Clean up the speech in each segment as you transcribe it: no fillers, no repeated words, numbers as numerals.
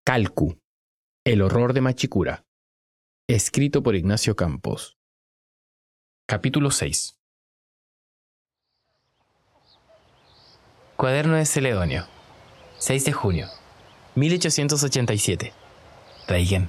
Calcu, el horror de Machicura. Escrito por Ignacio Campos. Capítulo 6. Cuaderno de Celedonio. 6 de junio. 1887. Traiguén.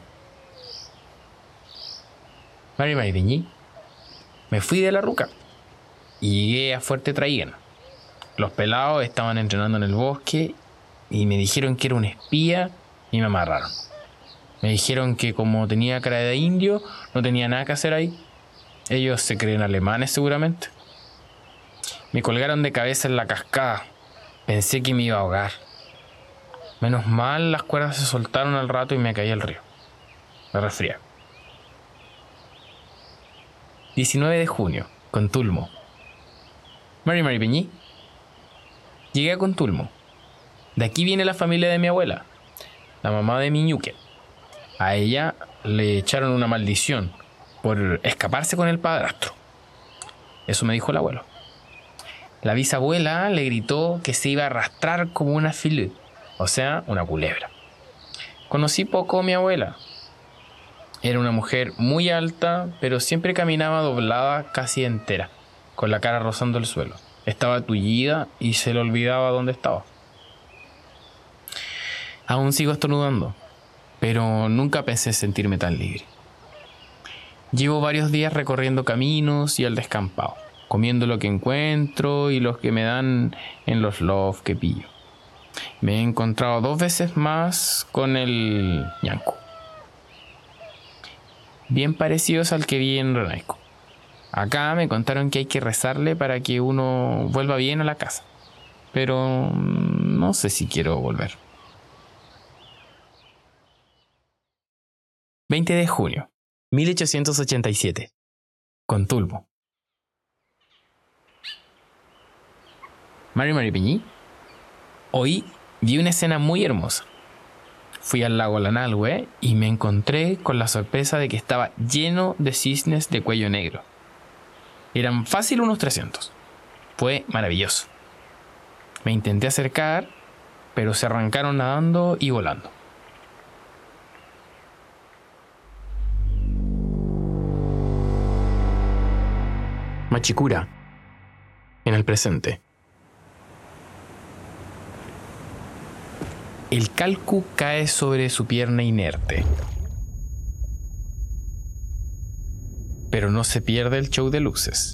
Mari Maripiñí. Me fui de la ruca y llegué a Fuerte Traiguén. Los pelados estaban entrenando en el bosque y me dijeron que era un espía y me amarraron. Me dijeron que como tenía cara de indio, no tenía nada que hacer ahí. Ellos se creen alemanes seguramente. Me colgaron de cabeza en la cascada. Pensé que me iba a ahogar. Menos mal las cuerdas se soltaron al rato y me caí al río. Me resfrié. 19 de junio, Contulmo. Mari Maripiñí. Llegué a Contulmo. De aquí viene la familia de mi abuela, la mamá de mi ñuque. A ella le echaron una maldición por escaparse con el padrastro. Eso me dijo el abuelo. La bisabuela le gritó que se iba a arrastrar como una filú, o sea, una culebra. Conocí poco a mi abuela. Era una mujer muy alta, pero siempre caminaba doblada casi entera, con la cara rozando el suelo. Estaba tullida y se le olvidaba dónde estaba. Aún sigo estornudando, pero nunca pensé sentirme tan libre. Llevo varios días recorriendo caminos y al descampado, comiendo lo que encuentro y los que me dan en los lofts que pillo. Me he encontrado 2 veces más con el ñanco, bien parecidos al que vi en Renaico. Acá me contaron que hay que rezarle para que uno vuelva bien a la casa, pero no sé si quiero volver. 20 de junio, 1887. Contulmo. Mari Maripiñí. Hoy vi una escena muy hermosa. Fui al lago Lanalhue y me encontré con la sorpresa de que estaba lleno de cisnes de cuello negro. Eran fácil unos 300. Fue maravilloso. Me intenté acercar, pero se arrancaron nadando y volando. Machicura, en el presente. El calcu cae sobre su pierna inerte. Pero no se pierde el show de luces.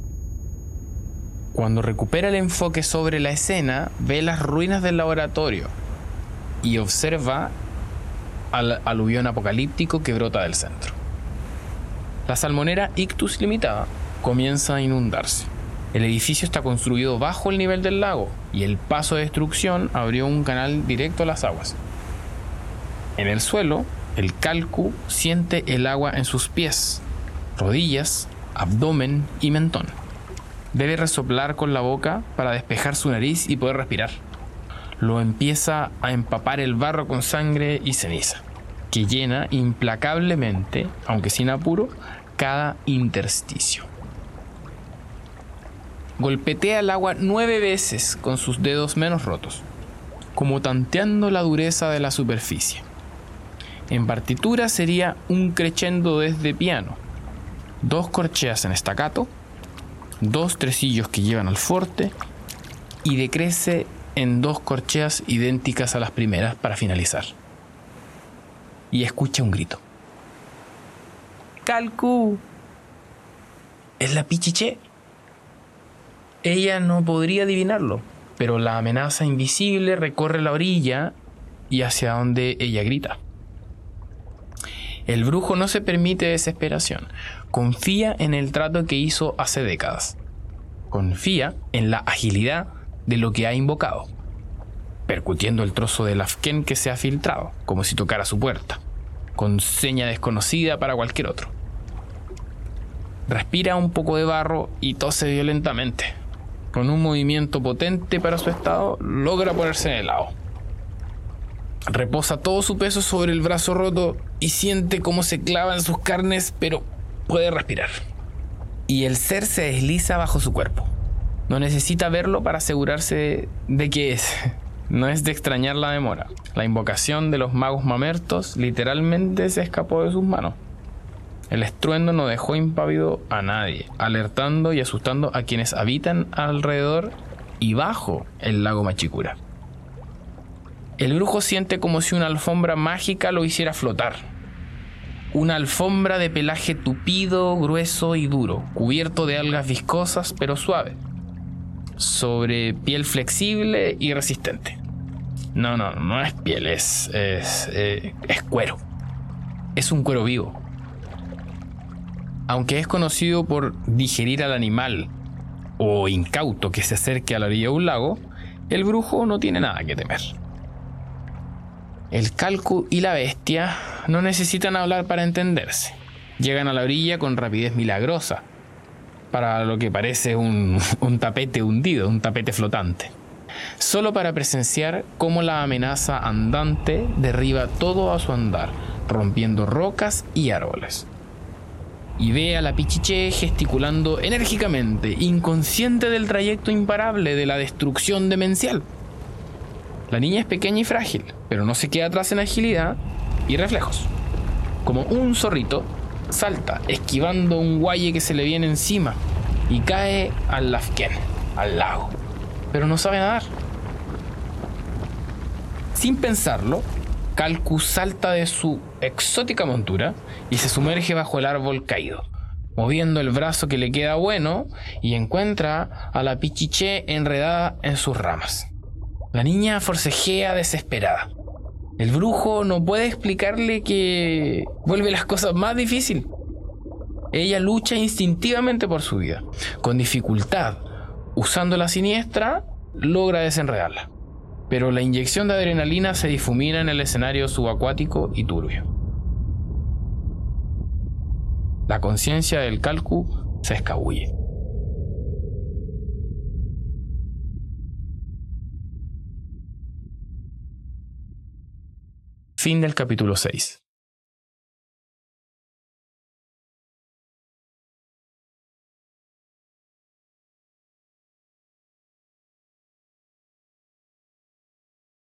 Cuando recupera el enfoque sobre la escena, ve las ruinas del laboratorio y observa al aluvión apocalíptico que brota del centro. La salmonera Ictus Limitada comienza a inundarse. El edificio está construido bajo el nivel del lago y el paso de destrucción abrió un canal directo a las aguas. En el suelo, el calcu siente el agua en sus pies, rodillas, abdomen y mentón. Debe resoplar con la boca para despejar su nariz y poder respirar. Lo empieza a empapar el barro con sangre y ceniza, que llena implacablemente, aunque sin apuro, cada intersticio. Golpetea el agua 9 veces con sus dedos menos rotos, como tanteando la dureza de la superficie. En partitura sería un crescendo desde piano, 2 corcheas en staccato, 2 tresillos que llevan al forte y decrece en 2 corcheas idénticas a las primeras para finalizar. Y escucha un grito. ¡Calcu! Es la Pichiché. Ella no podría adivinarlo, pero la amenaza invisible recorre la orilla y hacia donde ella grita. El brujo no se permite desesperación. Confía en el trato que hizo hace décadas. Confía en la agilidad de lo que ha invocado, percutiendo el trozo del afquén que se ha filtrado, como si tocara su puerta, con seña desconocida para cualquier otro. Respira un poco de barro y tose violentamente. Con un movimiento potente para su estado, logra ponerse en el lado. Reposa todo su peso sobre el brazo roto y siente cómo se clava en sus carnes, pero puede respirar. Y el ser se desliza bajo su cuerpo. No necesita verlo para asegurarse de que es No es de extrañar la demora. La invocación de los magos mamertos literalmente se escapó de sus manos. El estruendo no dejó impávido a nadie, alertando y asustando a quienes habitan alrededor y bajo el lago Machicura. El brujo siente como si una alfombra mágica lo hiciera flotar. Una alfombra de pelaje tupido, grueso y duro, cubierto de algas viscosas pero suaves, sobre piel flexible y resistente. No es piel, es cuero. Es un cuero vivo. Aunque es conocido por digerir al animal o incauto que se acerque a la orilla de un lago, el brujo no tiene nada que temer. El calcu y la bestia no necesitan hablar para entenderse. Llegan a la orilla con rapidez milagrosa, para lo que parece un tapete hundido, un tapete flotante, solo para presenciar cómo la amenaza andante derriba todo a su andar, rompiendo rocas y árboles. Y ve a la Pichiché gesticulando enérgicamente, inconsciente del trayecto imparable de la destrucción demencial. La niña es pequeña y frágil, pero no se queda atrás en agilidad y reflejos. Como un zorrito, salta, esquivando un guaye que se le viene encima, y cae al Lafken, al lago. Pero no sabe nadar. Sin pensarlo, Calcu salta de su exótica montura y se sumerge bajo el árbol caído, moviendo el brazo que le queda bueno, y encuentra a la Pichiché enredada en sus ramas. La niña forcejea desesperada. El brujo no puede explicarle que vuelve las cosas más difíciles. Ella lucha instintivamente por su vida. Con dificultad, usando la siniestra, logra desenredarla. Pero la inyección de adrenalina se difumina en el escenario subacuático y turbio. La conciencia del calcu se escabulle. Fin del capítulo 6.